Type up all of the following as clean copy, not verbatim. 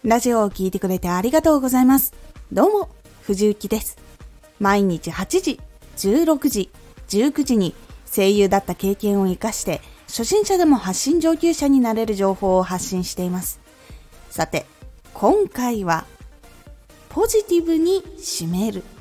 ラジオを聞いてくれてありがとうございます。どうも、藤幸です。毎日8時、16時、19時に声優だった経験を生かして初心者でも発信上級者になれる情報を発信しています。さて、今回はポジティブに締める。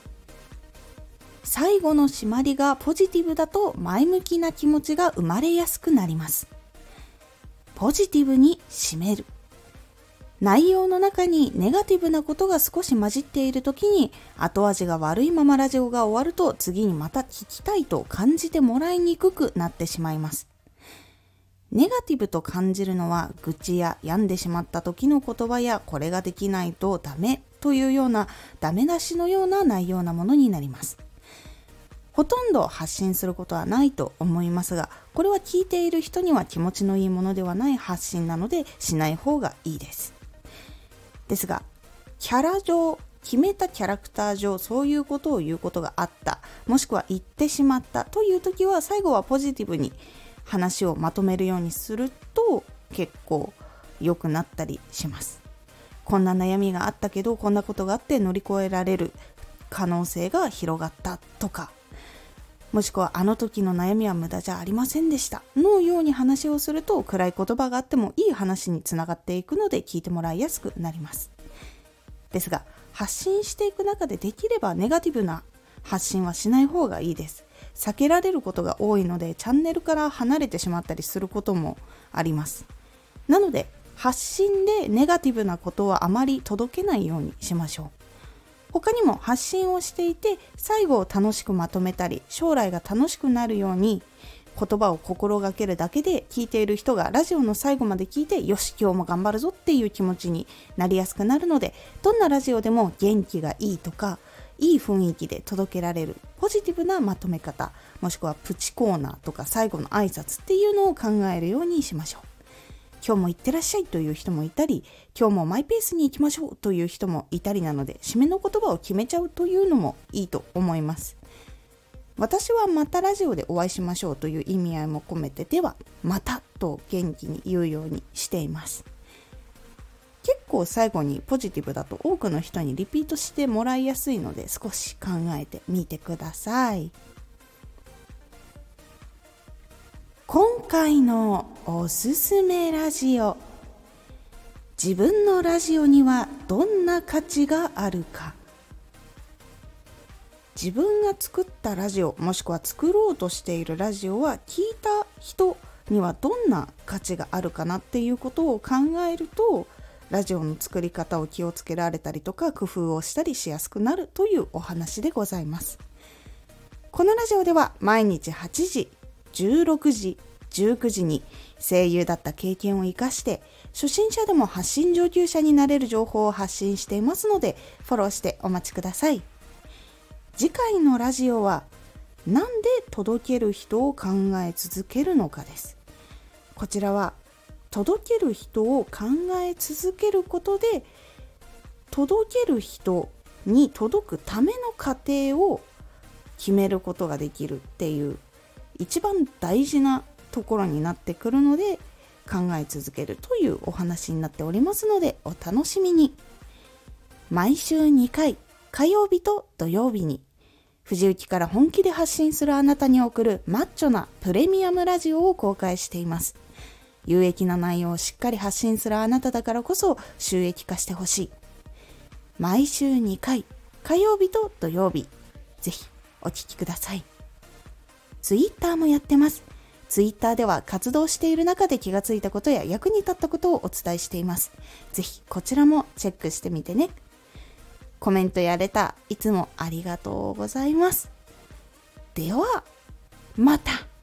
最後の締まりがポジティブだと前向きな気持ちが生まれやすくなります。ポジティブに締める。内容の中にネガティブなことが少し混じっている時に後味が悪いままラジオが終わると次にまた聞きたいと感じてもらいにくくなってしまいます。ネガティブと感じるのは愚痴や病んでしまった時の言葉やこれができないとダメというようなダメ出しのような内容なものになります。ほとんど発信することはないと思いますが、これは聞いている人には気持ちのいいものではない発信なのでしない方がいいです。ですが、キャラ上、決めたキャラクター上、そういうことを言うことがあった、もしくは言ってしまったという時は、最後はポジティブに話をまとめるようにすると結構良くなったりします。こんな悩みがあったけど、こんなことがあって乗り越えられる可能性が広がったとか、もしくはあの時の悩みは無駄じゃありませんでしたのように話をすると、暗い言葉があってもいい話につながっていくので聞いてもらいやすくなります。ですが、発信していく中でできればネガティブな発信はしない方がいいです。避けられることが多いのでチャンネルから離れてしまったりすることもあります。なので発信でネガティブなことはあまり届けないようにしましょう。他にも発信をしていて最後を楽しくまとめたり将来が楽しくなるように言葉を心がけるだけで聞いている人がラジオの最後まで聞いてよし今日も頑張るぞっていう気持ちになりやすくなるので、どんなラジオでも元気がいいとかいい雰囲気で届けられるポジティブなまとめ方、もしくはプチコーナーとか最後の挨拶っていうのを考えるようにしましょう。今日も行ってらっしゃいという人もいたり、今日もマイペースに行きましょうという人もいたりなので、締めの言葉を決めちゃうというのもいいと思います。私はまたラジオでお会いしましょうという意味合いも込めて、ではまたと元気に言うようにしています。結構最後にポジティブだと多くの人にリピートしてもらいやすいので、少し考えてみてください。今回のおすすめラジオ。自分のラジオにはどんな価値があるか。自分が作ったラジオ、もしくは作ろうとしているラジオは聞いた人にはどんな価値があるかなっていうことを考えると、ラジオの作り方を気をつけられたりとか工夫をしたりしやすくなるというお話でございます。このラジオでは毎日8時、16時、19時に声優だった経験を生かして初心者でも発信上級者になれる情報を発信していますので、フォローしてお待ちください。次回のラジオはなんで届ける人を考え続けるのかです。こちらは届ける人を考え続けることで、届ける人に届くための過程を決めることができるっていう一番大事なところになってくるので、考え続けるというお話になっておりますのでお楽しみに。毎週2回、火曜日と土曜日に藤幸から本気で発信するあなたに送るマッチョなプレミアムラジオを公開しています。有益な内容をしっかり発信するあなただからこそ収益化してほしい。毎週2回、火曜日と土曜日、ぜひお聞きください。ツイッターもやってます。ツイッターでは活動している中で気がついたことや役に立ったことをお伝えしています。ぜひこちらもチェックしてみてね。コメントやレターいつもありがとうございます。ではまた。